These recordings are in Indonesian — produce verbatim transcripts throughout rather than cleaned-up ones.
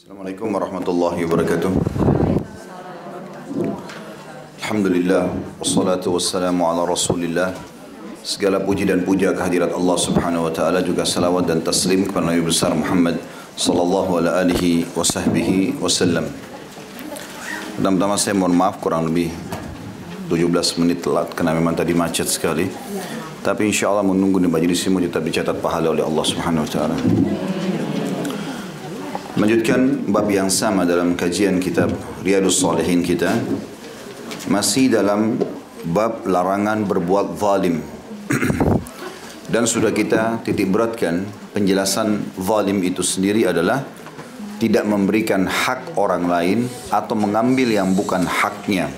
Assalamualaikum warahmatullahi wabarakatuh. Alhamdulillah, wassalatu wassalamu ala rasulillah. Segala puji dan puja kehadirat Allah subhanahu wa ta'ala, juga salawat dan taslim kepada Nabi besar Muhammad sallallahu ala alihi wa sahbihi wasallam. Pertama-tama saya mohon maaf kurang lebih tujuh belas menit telat karena memang tadi macet sekali. Tapi insya Allah menunggu di majlis ini tetap dicatat pahala oleh Allah subhanahu wa ta'ala. Melanjutkan bab yang sama dalam kajian kitab Riyadhus Shalihin kita, masih dalam bab larangan berbuat zalim. Dan sudah kita titik beratkan penjelasan zalim itu sendiri adalah tidak memberikan hak orang lain atau mengambil yang bukan haknya.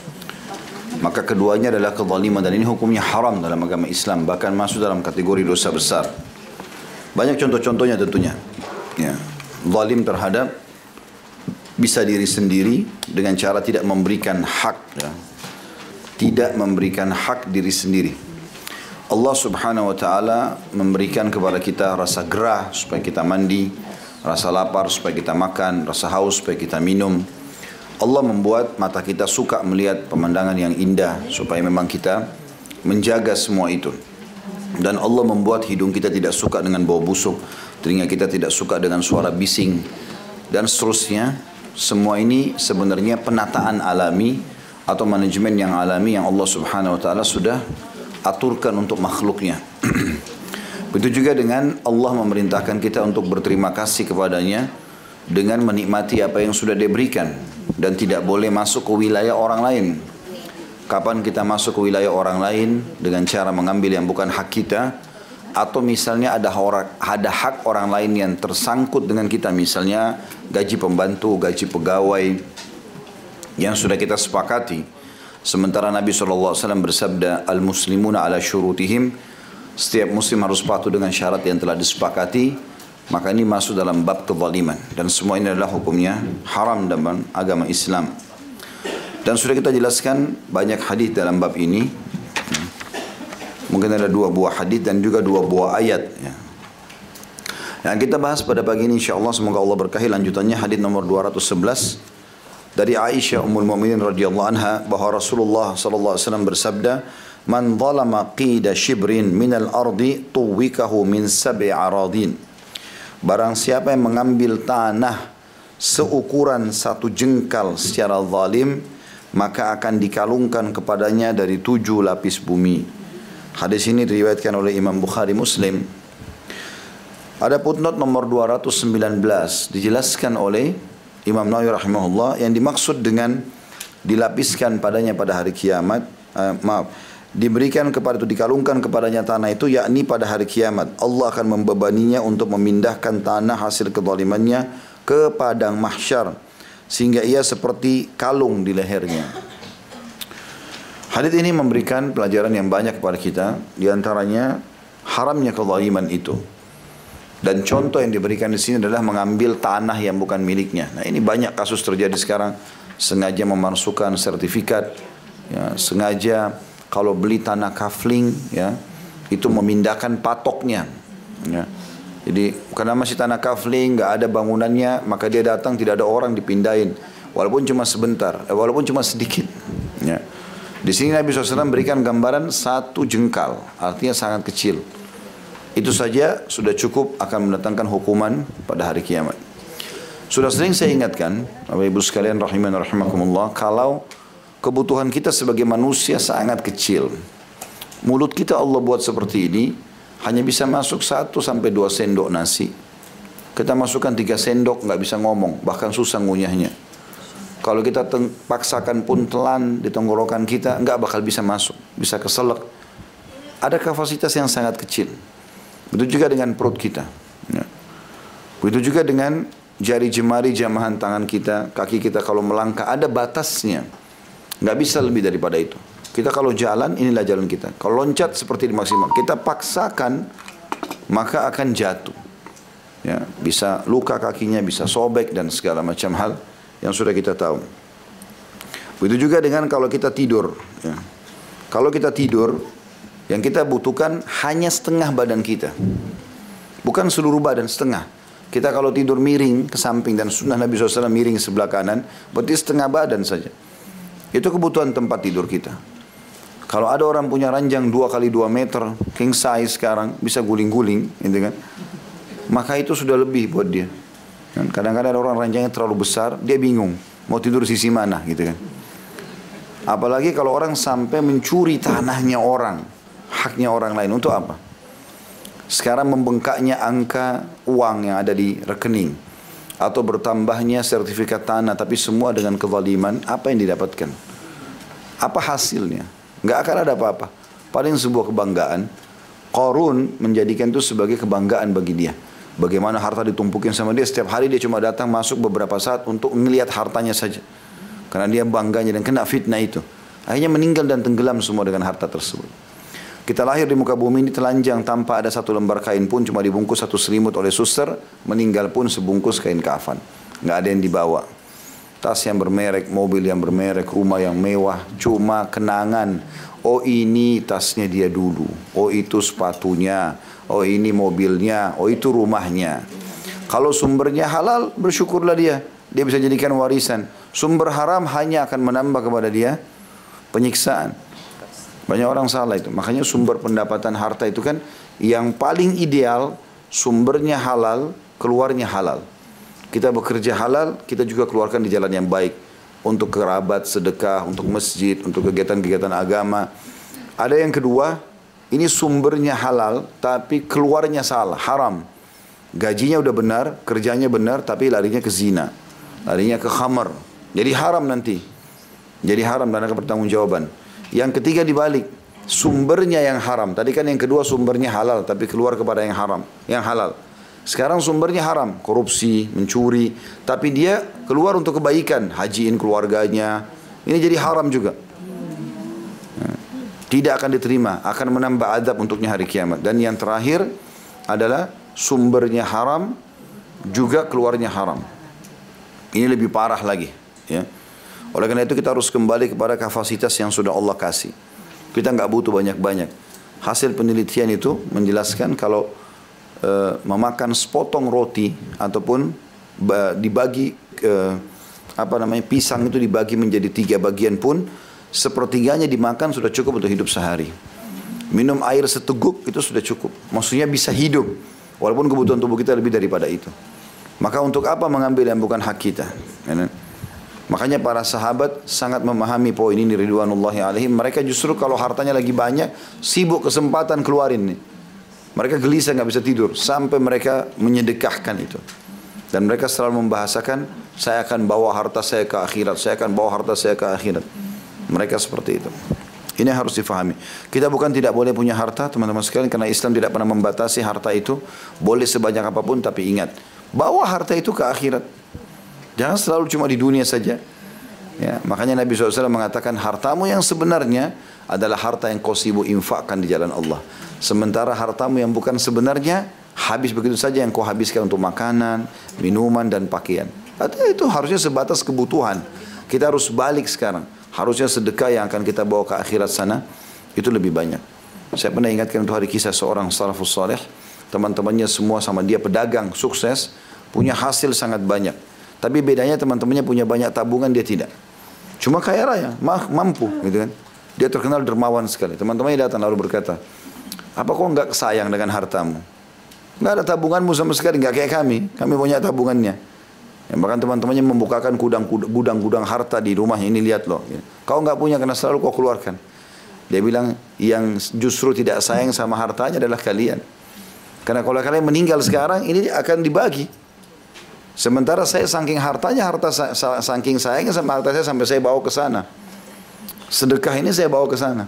Maka keduanya adalah kezaliman, dan ini hukumnya haram dalam agama Islam, bahkan masuk dalam kategori dosa besar. Banyak contoh-contohnya tentunya. Ya. Zalim terhadap bisa diri sendiri dengan cara tidak memberikan hak, ya. Tidak memberikan hak diri sendiri. Allah subhanahu wa ta'ala memberikan kepada kita rasa gerah supaya kita mandi, rasa lapar supaya kita makan, rasa haus supaya kita minum. Allah membuat mata kita suka melihat pemandangan yang indah supaya memang kita menjaga semua itu. Dan Allah membuat hidung kita tidak suka dengan bau busuk, telinga kita tidak suka dengan suara bising, dan seterusnya. Semua ini sebenarnya penataan alami atau manajemen yang alami yang Allah subhanahu wa ta'ala sudah aturkan untuk makhluknya. Begitu juga dengan Allah memerintahkan kita untuk berterima kasih kepadanya dengan menikmati apa yang sudah diberikan, dan tidak boleh masuk ke wilayah orang lain. Kapan kita masuk ke wilayah orang lain dengan cara mengambil yang bukan hak kita, atau misalnya ada orang, ada hak orang lain yang tersangkut dengan kita, misalnya gaji pembantu, gaji pegawai yang sudah kita sepakati. Sementara Nabi shallallahu alaihi wasallam bersabda, al-muslimuna ala syurutihim, setiap muslim harus patuh dengan syarat yang telah disepakati. Maka ini masuk dalam bab kezaliman, dan semua ini adalah hukumnya haram dalam agama Islam. Dan sudah kita jelaskan banyak hadis dalam bab ini. Mungkin ada dua buah hadis dan juga dua buah ayat, ya. Yang kita bahas pada pagi ini insyaAllah, semoga Allah berkahi lanjutannya, hadis nomor dua ratus sebelas dari Aisyah Ummul Mukminin radhiyallahu anha, bahwa Rasulullah sallallahu alaihi wasallam bersabda, man zalama qida shibrin minal ardi tuwikahu min sab'i aradin. Barang siapa yang mengambil tanah seukuran satu jengkal secara zalim, maka akan dikalungkan kepadanya dari tujuh lapis bumi. Hadis ini diriwayatkan oleh Imam Bukhari Muslim. Ada footnote nomor dua ratus sembilan belas, dijelaskan oleh Imam Nawawi rahimahullah, yang dimaksud dengan dilapiskan padanya pada hari kiamat, uh, maaf, diberikan kepada itu, dikalungkan kepadanya tanah itu, yakni pada hari kiamat Allah akan membebaninya untuk memindahkan tanah hasil kezalimannya ke padang mahsyar, sehingga ia seperti kalung di lehernya. Hadis ini memberikan pelajaran yang banyak kepada kita, di antaranya haramnya kezaliman itu. Dan contoh yang diberikan di sini adalah mengambil tanah yang bukan miliknya. Nah, ini banyak kasus terjadi sekarang, sengaja memasukkan sertifikat, ya, sengaja kalau beli tanah kafling, ya, itu memindahkan patoknya, ya. Jadi karena masih tanah kafling, nggak ada bangunannya, maka dia datang tidak ada orang, dipindahin, walaupun cuma sebentar, eh, walaupun cuma sedikit, ya. Di sini Nabi shallallahu alaihi wasallam berikan gambaran satu jengkal, artinya sangat kecil. Itu saja sudah cukup akan mendatangkan hukuman pada hari kiamat. Sudah sering saya ingatkan, Bapak Ibu sekalian rahiman rahimakumullah, kalau kebutuhan kita sebagai manusia sangat kecil, mulut kita Allah buat seperti ini, hanya bisa masuk satu sampai dua sendok nasi. Kita masukkan tiga sendok nggak bisa ngomong, bahkan susah ngunyahnya. Kalau kita paksakan pun telan di tenggorokan kita, nggak bakal bisa masuk, bisa keselak. Ada kapasitas yang sangat kecil. Begitu juga dengan perut kita, ya. Begitu juga dengan jari jemari jamahan tangan kita, kaki kita kalau melangkah ada batasnya. Nggak bisa lebih daripada itu. Kita kalau jalan, inilah jalan kita. Kalau loncat seperti di maksimal, kita paksakan, maka akan jatuh, ya. Bisa luka kakinya, bisa sobek dan segala macam hal yang sudah kita tahu. Begitu juga dengan kalau kita tidur, ya. Kalau kita tidur, yang kita butuhkan hanya setengah badan kita, bukan seluruh badan, setengah. Kita kalau tidur miring ke samping dan sunnah Nabi shallallahu alaihi wasallam miring sebelah kanan, berarti setengah badan saja. Itu kebutuhan tempat tidur kita. Kalau ada orang punya ranjang dua kali dua meter, king size sekarang, bisa guling-guling, gitu kan. Maka itu sudah lebih buat dia. Kadang-kadang ada orang ranjangnya terlalu besar, dia bingung mau tidur sisi mana, gitu kan. Apalagi kalau orang sampai mencuri tanahnya orang, haknya orang lain, untuk apa? Sekarang membengkaknya angka uang yang ada di rekening, atau bertambahnya sertifikat tanah, tapi semua dengan kezaliman, apa yang didapatkan? Apa hasilnya? Nggak akan ada apa-apa. Paling sebuah kebanggaan. Qarun menjadikan itu sebagai kebanggaan bagi dia. Bagaimana harta ditumpukin sama dia, setiap hari dia cuma datang masuk beberapa saat untuk melihat hartanya saja. Karena dia bangganya dan kena fitnah itu. Akhirnya meninggal dan tenggelam semua dengan harta tersebut. Kita lahir di muka bumi ini telanjang tanpa ada satu lembar kain pun, cuma dibungkus satu selimut oleh suster, meninggal pun sebungkus kain kafan. Nggak ada yang dibawa. Tas yang bermerek, mobil yang bermerek, rumah yang mewah, cuma kenangan. Oh ini tasnya dia dulu, oh itu sepatunya, oh ini mobilnya, oh itu rumahnya. Kalau sumbernya halal, bersyukurlah dia. Dia bisa jadikan warisan. Sumber haram hanya akan menambah kepada dia penyiksaan. Banyak orang salah itu. Makanya sumber pendapatan harta itu kan yang paling ideal, sumbernya halal, keluarnya halal. Kita bekerja halal, kita juga keluarkan di jalan yang baik. Untuk kerabat, sedekah, untuk masjid, untuk kegiatan-kegiatan agama. Ada yang kedua, ini sumbernya halal, tapi keluarnya salah, haram. Gajinya udah benar, kerjanya benar, tapi larinya ke zina. Larinya ke khamar. Jadi haram nanti. Jadi haram dan ada pertanggungjawaban. Yang ketiga dibalik, sumbernya yang haram. Tadi kan yang kedua sumbernya halal, tapi keluar kepada yang haram, yang halal. Sekarang sumbernya haram, korupsi, mencuri, tapi dia keluar untuk kebaikan, hajiin keluarganya. Ini jadi haram juga. Tidak akan diterima, akan menambah adab untuknya hari kiamat. Dan yang terakhir adalah sumbernya haram, juga keluarnya haram. Ini lebih parah lagi, ya. Oleh karena itu kita harus kembali kepada kapasitas yang sudah Allah kasih. Kita nggak butuh banyak-banyak. Hasil penelitian itu menjelaskan kalau Uh, memakan sepotong roti ataupun dibagi uh, apa namanya pisang itu dibagi menjadi tiga bagian pun, sepertiganya dimakan sudah cukup untuk hidup sehari. Minum air seteguk itu sudah cukup. Maksudnya bisa hidup walaupun kebutuhan tubuh kita lebih daripada itu. Maka untuk apa mengambil yang bukan hak kita? Ya, makanya para sahabat sangat memahami poin ini ridwanullahi alaihim. Mereka justru kalau hartanya lagi banyak, sibuk kesempatan keluarin nih. Mereka gelisah nggak bisa tidur sampai mereka menyedekahkan itu. Dan mereka selalu membahasakan, saya akan bawa harta saya ke akhirat, saya akan bawa harta saya ke akhirat. Mereka seperti itu. Ini harus difahami. Kita bukan tidak boleh punya harta, teman-teman sekalian, karena Islam tidak pernah membatasi harta itu. Boleh sebanyak apapun, tapi ingat, bawa harta itu ke akhirat. Jangan selalu cuma di dunia saja. Ya, makanya Nabi shallallahu alaihi wasallam mengatakan, hartamu yang sebenarnya adalah harta yang kau sibuk infakkan di jalan Allah. Sementara hartamu yang bukan sebenarnya, habis begitu saja yang kau habiskan untuk makanan, minuman, dan pakaian. Artinya itu harusnya sebatas kebutuhan. Kita harus balik sekarang. Harusnya sedekah yang akan kita bawa ke akhirat sana, itu lebih banyak. Saya pernah ingatkan untuk hari kisah seorang salafus saleh. Teman-temannya semua sama dia pedagang, sukses, punya hasil sangat banyak. Tapi bedanya teman-temannya punya banyak tabungan, dia tidak. Cuma kaya raya, mampu gitu kan. Dia terkenal dermawan sekali. Teman-temannya datang lalu berkata, apa kau enggak sayang dengan hartamu? Enggak ada tabunganmu sama sekali, enggak kayak kami. Kami punya tabungannya. Ya, bahkan teman-temannya membukakan gudang-gudang harta di rumahnya. Ini lihat loh. Ya. Kau enggak punya karena selalu kau keluarkan. Dia bilang, yang justru tidak sayang sama hartanya adalah kalian. Karena kalau kalian meninggal sekarang, ini akan dibagi. Sementara saya saking hartanya, harta saking sayangnya sama harta saya sampai saya bawa ke sana. Sedekah ini saya bawa ke sana.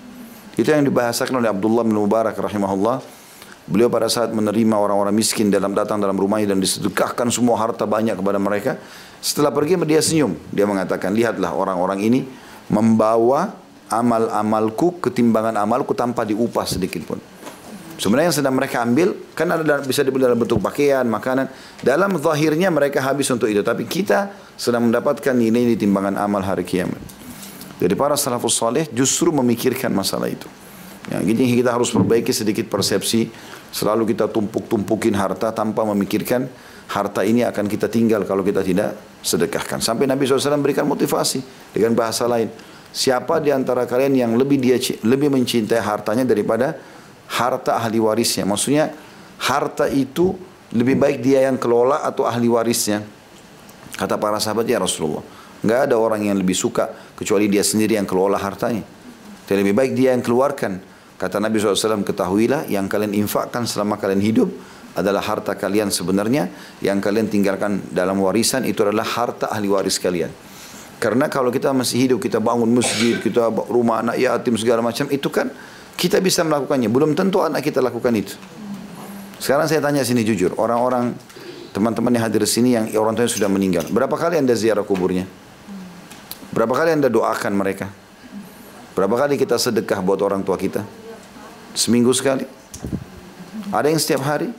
Itu yang dibahasakan oleh Abdullah bin Mubarak rahimahullah. Beliau pada saat menerima orang-orang miskin dalam datang dalam rumahnya dan disedekahkan semua harta banyak kepada mereka. Setelah pergi dia senyum. Dia mengatakan, lihatlah orang-orang ini membawa amal-amalku ketimbangan amalku tanpa diupah sedikit pun. Sebenarnya yang sedang mereka ambil kan ada bisa dibeli dalam bentuk pakaian, makanan. Dalam zahirnya mereka habis untuk itu, tapi kita sedang mendapatkan nilai di timbangan amal hari kiamat. Jadi para salafus saleh justru memikirkan masalah itu. Ya, jadi kita harus perbaiki sedikit persepsi. Selalu kita tumpuk-tumpukin harta tanpa memikirkan harta ini akan kita tinggal kalau kita tidak sedekahkan. Sampai Nabi shallallahu alaihi wasallam berikan motivasi dengan bahasa lain. Siapa di antara kalian yang lebih dia lebih mencintai hartanya daripada harta ahli warisnya? Maksudnya harta itu lebih baik dia yang kelola atau ahli warisnya? Kata para sahabat, ya Rasulullah, nggak ada orang yang lebih suka kecuali dia sendiri yang kelola hartanya. Jadi lebih baik dia yang keluarkan. Kata Nabi shallallahu alaihi wasallam, ketahuilah yang kalian infakkan selama kalian hidup adalah harta kalian sebenarnya. Yang kalian tinggalkan dalam warisan itu adalah harta ahli waris kalian. Karena kalau kita masih hidup, kita bangun masjid, kita rumah anak yatim segala macam, itu kan kita bisa melakukannya. Belum tentu anak kita lakukan itu. Sekarang saya tanya sini jujur, orang-orang teman-teman yang hadir di sini yang orang tuanya sudah meninggal, berapa kali Anda ziarah kuburnya? Berapa kali Anda doakan mereka? Berapa kali kita sedekah buat orang tua kita? Seminggu sekali? Ada yang setiap hari?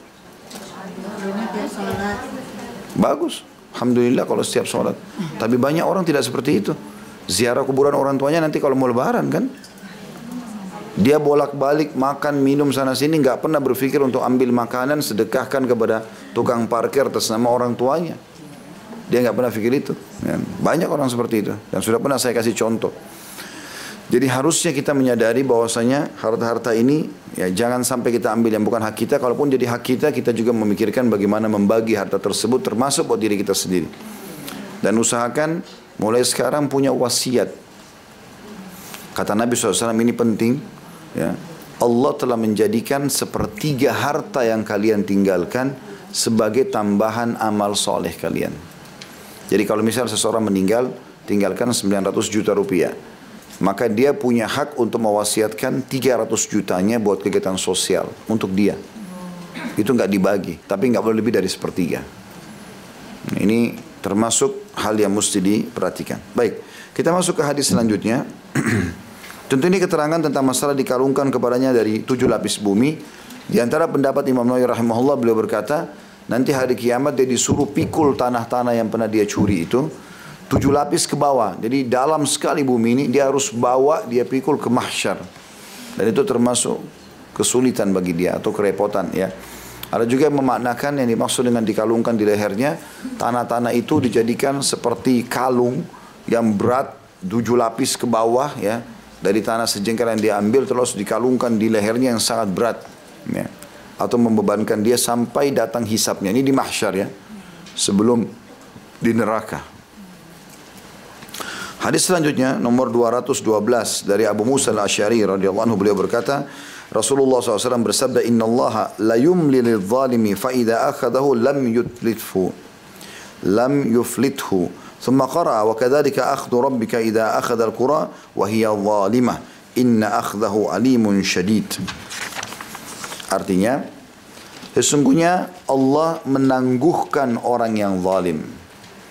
Bagus. Alhamdulillah kalau setiap sholat. Tapi banyak orang tidak seperti itu. Ziarah kuburan orang tuanya nanti kalau mau lebaran kan. Dia bolak-balik makan, minum sana sini, nggak pernah berpikir untuk ambil makanan, sedekahkan kepada tukang parkir atas nama orang tuanya. Dia nggak pernah pikir itu. Banyak orang seperti itu. Dan sudah pernah saya kasih contoh. Jadi harusnya kita menyadari bahwasanya harta-harta ini ya jangan sampai kita ambil yang bukan hak kita. Kalaupun jadi hak kita, kita juga memikirkan bagaimana membagi harta tersebut termasuk buat diri kita sendiri. Dan usahakan mulai sekarang punya wasiat. Kata Nabi shallallahu alaihi wasallam, ini penting. Ya, Allah telah menjadikan sepertiga harta yang kalian tinggalkan sebagai tambahan amal soleh kalian. Jadi kalau misal seseorang meninggal, tinggalkan sembilan ratus juta rupiah. Maka dia punya hak untuk mewasiatkan tiga ratus jutanya buat kegiatan sosial untuk dia. Itu nggak dibagi, tapi nggak boleh lebih dari sepertiga. Ini termasuk hal yang mesti diperhatikan. Baik, kita masuk ke hadis selanjutnya. Tentu ini keterangan tentang masalah dikalungkan kepadanya dari tujuh lapis bumi. Di antara pendapat Imam Nawawi rahimahullah, beliau berkata, nanti hari kiamat dia disuruh pikul tanah-tanah yang pernah dia curi itu. Tujuh lapis ke bawah. Jadi dalam sekali bumi ini dia harus bawa, dia pikul ke mahsyar. Dan itu termasuk kesulitan bagi dia atau kerepotan ya. Ada juga yang memaknakan yang dimaksud dengan dikalungkan di lehernya, tanah-tanah itu dijadikan seperti kalung yang berat tujuh lapis ke bawah ya. Dari tanah sejengkal yang diambil terus dikalungkan di lehernya yang sangat berat ya. Atau membebankan dia sampai datang hisabnya. Ini di mahsyar ya. Sebelum di neraka. Hadis selanjutnya nomor dua ratus dua belas dari Abu Musa al-Asy'ari radhiyallahu anhu, beliau berkata, Rasulullah shallallahu alaihi wasallam bersabda, Inna Allah la yumli lidh-dhalimi fa idza akhadahu lam yutlithu lam yuflithu. Thumma qara'a wa kadzalika akhdhu rabbika idza akhadha al-qura wa hiya dhalimah inna akhdahu alimun syadid. Artinya, sesungguhnya Allah menangguhkan orang yang zalim.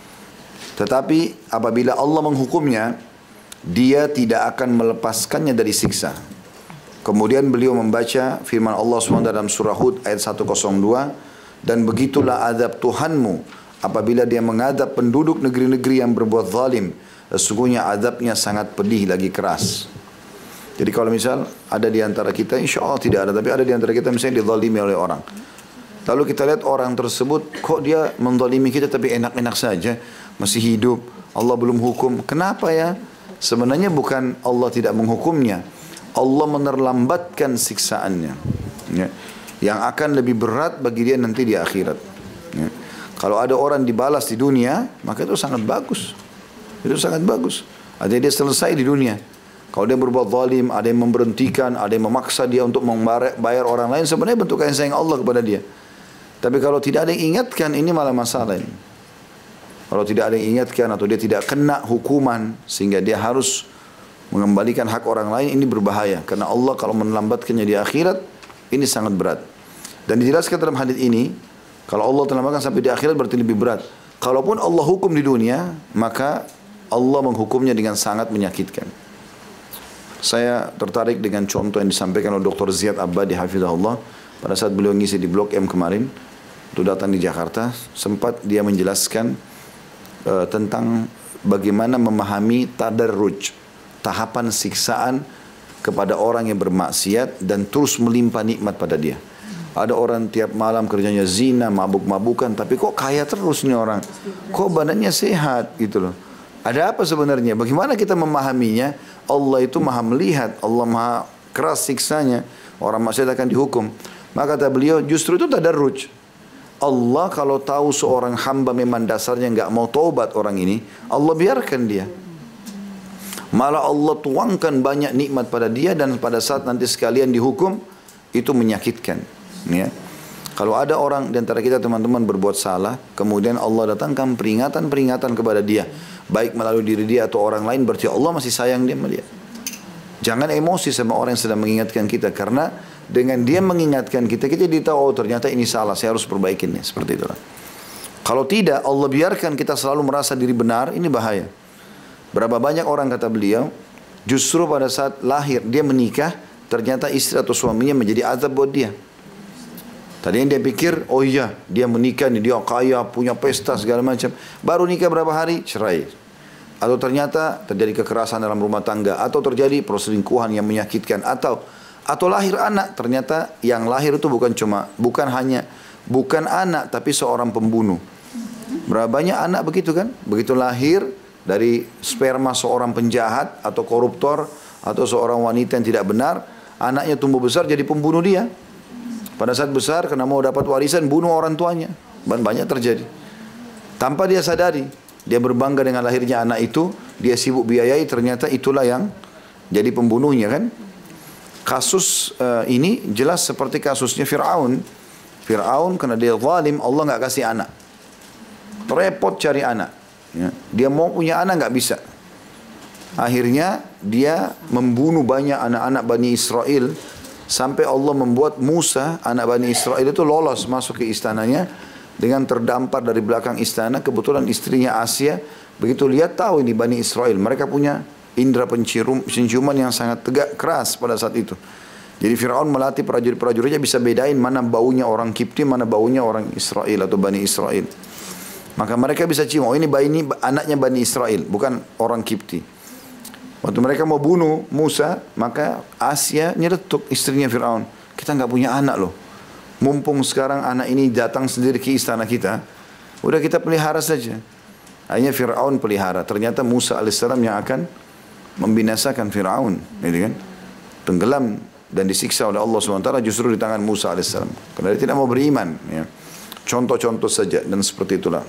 Tetapi apabila Allah menghukumnya, dia tidak akan melepaskannya dari siksa. Kemudian beliau membaca firman Allah subhanahu wa taala dalam surah Hud ayat seratus dua, dan begitulah azab Tuhanmu apabila dia mengadab penduduk negeri-negeri yang berbuat zalim. Sesungguhnya azabnya sangat pedih lagi keras. Jadi kalau misal ada di antara kita, insya Allah tidak ada, tapi ada di antara kita misalnya dizalimi oleh orang. Lalu kita lihat orang tersebut, kok dia menzalimi kita tapi enak-enak saja, masih hidup, Allah belum hukum. Kenapa ya? Sebenarnya bukan Allah tidak menghukumnya, Allah menerlambatkan siksaannya ya, yang akan lebih berat bagi dia nanti di akhirat ya. Kalau ada orang dibalas di dunia, maka itu sangat bagus. Itu sangat bagus. Artinya dia selesai di dunia. Kalau dia berbuat zalim, ada yang memberhentikan, ada yang memaksa dia untuk membayar orang lain, sebenarnya bentuk kasih sayang Allah kepada dia. Tapi kalau tidak ada yang ingatkan, ini malah masalah ini. Kalau tidak ada yang ingatkan atau dia tidak kena hukuman sehingga dia harus mengembalikan hak orang lain, ini berbahaya. Karena Allah kalau melambatkannya di akhirat, ini sangat berat. Dan dijelaskan dalam hadis ini, kalau Allah terlambatkan sampai di akhirat berarti lebih berat. Kalaupun Allah hukum di dunia, maka Allah menghukumnya dengan sangat menyakitkan. Saya tertarik dengan contoh yang disampaikan oleh Doktor Ziyad Abadi hafizahullah pada saat beliau ngisi di Blok M kemarin. Itu datang di Jakarta, sempat dia menjelaskan uh, tentang bagaimana memahami tadarruj, tahapan siksaan kepada orang yang bermaksiat dan terus melimpah nikmat pada dia. Ada orang tiap malam kerjanya zina, mabuk-mabukan, tapi kok kaya terus nih orang? Kok badannya sehat gitu loh. Ada apa sebenarnya? Bagaimana kita memahaminya? Allah itu maha melihat, Allah maha keras siksanya. Orang maksiat akan dihukum. Maka kata beliau, justru itu tadarruj. Allah kalau tahu seorang hamba memang dasarnya nggak mau taubat orang ini, Allah biarkan dia. Malah Allah tuangkan banyak nikmat pada dia dan pada saat nanti sekalian dihukum itu menyakitkan. Ya. Kalau ada orang di antara kita teman-teman berbuat salah, kemudian Allah datangkan peringatan-peringatan kepada dia, baik melalui diri dia atau orang lain, berarti Allah masih sayang dia sama dia. Jangan emosi sama orang yang sedang mengingatkan kita, karena dengan dia mengingatkan kita, kita jadi tahu, oh ternyata ini salah, saya harus perbaikinya. Seperti itulah. Kalau tidak, Allah biarkan kita selalu merasa diri benar, ini bahaya. Berapa banyak orang, kata beliau, justru pada saat lahir, dia menikah, ternyata istri atau suaminya menjadi azab buat dia. Tadinya dia pikir, oh iya, dia menikah, nih, dia kaya, punya pesta, segala macam. Baru nikah berapa hari, cerai. Atau ternyata terjadi kekerasan dalam rumah tangga, atau terjadi perselingkuhan yang menyakitkan, atau atau lahir anak, ternyata yang lahir itu bukan cuma, bukan hanya, bukan anak, tapi seorang pembunuh. Berapa banyak anak begitu kan? Begitu lahir dari sperma seorang penjahat atau koruptor atau seorang wanita yang tidak benar, anaknya tumbuh besar jadi pembunuh dia. Pada saat besar karena mau dapat warisan bunuh orang tuanya. Dan banyak terjadi. Tanpa dia sadari, dia berbangga dengan lahirnya anak itu, dia sibuk biayai, ternyata itulah yang jadi pembunuhnya kan? Kasus uh, ini jelas seperti kasusnya Fir'aun. Fir'aun karena dia zalim, Allah nggak kasih anak. Repot cari anak. Ya. Dia mau punya anak nggak bisa. Akhirnya dia membunuh banyak anak-anak Bani Israel. Sampai Allah membuat Musa, anak Bani Israel itu lolos masuk ke istananya. Dengan terdampar dari belakang istana. Kebetulan istrinya Asia. Begitu lihat tahu ini Bani Israel. Mereka punya indera pencium, penciuman yang sangat tegak keras pada saat itu. Jadi Fir'aun melatih prajurit-prajuritnya bisa bedain mana baunya orang Kipti, mana baunya orang Israel atau Bani Israel. Maka mereka bisa cium, oh ini, ini anaknya Bani Israel, bukan orang Kipti. Waktu mereka mau bunuh Musa, maka Asia nyeretuk istrinya Fir'aun. Kita nggak punya anak loh. Mumpung sekarang anak ini datang sendiri ke istana kita, udah kita pelihara saja. Akhirnya Fir'aun pelihara. Ternyata Musa alaihissalam yang akan membinasakan Fir'aun, gitu kan? Tenggelam dan disiksa oleh Allah subhanahu wa taala justru di tangan Musa alaihissalam. Karena dia tidak mau beriman. Ya. Contoh-contoh saja dan seperti itulah.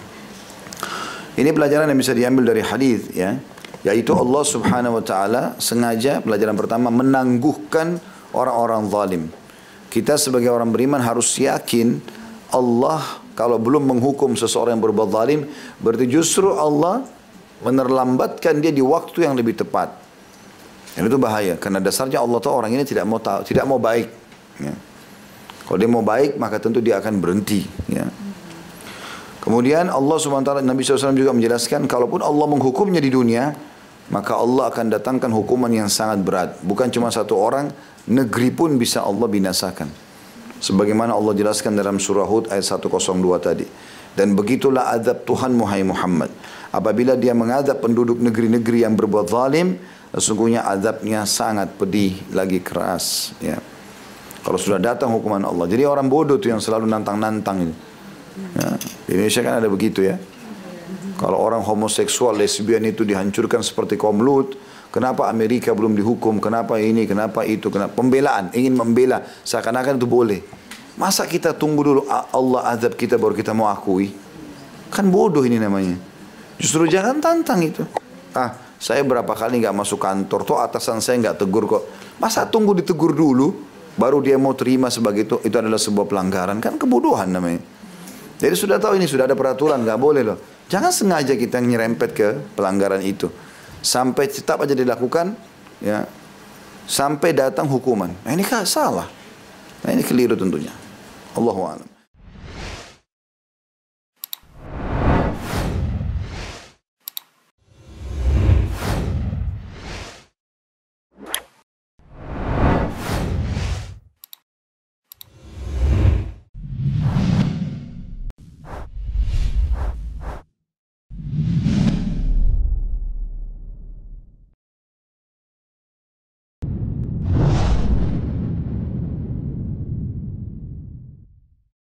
Ini pelajaran yang bisa diambil dari hadis, ya, yaitu Allah subhanahu wa taala sengaja, pelajaran pertama, menangguhkan orang-orang zalim. Kita sebagai orang beriman harus yakin Allah kalau belum menghukum seseorang yang berbuat zalim, berarti justru Allah menerlambatkan dia di waktu yang lebih tepat. Dan itu bahaya, karena dasarnya Allah tahu orang ini tidak mau tahu, tidak mau baik. Ya. Kalau dia mau baik, maka tentu dia akan berhenti. Ya. Kemudian Allah subhanahu wa taala, Nabi shallallahu alaihi wasallam juga menjelaskan, kalaupun Allah menghukumnya di dunia, maka Allah akan datangkan hukuman yang sangat berat. Bukan cuma satu orang, negeri pun bisa Allah binasakan. Sebagaimana Allah jelaskan dalam surah Hud ayat seratus dua tadi. Dan begitulah azab Tuhan Muhammad Muhammad. Apabila dia mengadab penduduk negeri-negeri yang berbuat zalim, sesungguhnya azabnya sangat pedih lagi keras. Ya. Kalau sudah datang hukuman Allah. Jadi orang bodoh tuh yang selalu nantang-nantang ini. Ya. Di Indonesia kan ada begitu ya. Kalau orang homoseksual, lesbian itu dihancurkan seperti kaum Lut, kenapa Amerika belum dihukum? Kenapa ini? Kenapa itu? Kenapa? Pembelaan, ingin membela, seakan-akan itu boleh. Masa kita tunggu dulu Allah azab kita baru kita mau akui? Kan bodoh ini namanya. Justru jangan tantang itu. Ah, saya berapa kali nggak masuk kantor, toh atasan saya nggak tegur kok. Masa tunggu ditegur dulu, baru dia mau terima sebagai itu? Itu adalah sebuah pelanggaran, kan kebodohan namanya. Jadi sudah tahu ini sudah ada peraturan, nggak boleh loh. Jangan sengaja kita nyerempet ke pelanggaran itu. Sampai tetap aja dilakukan, ya, sampai datang hukuman. Nah ini kan salah. Nah ini keliru tentunya. Allahu a'lam.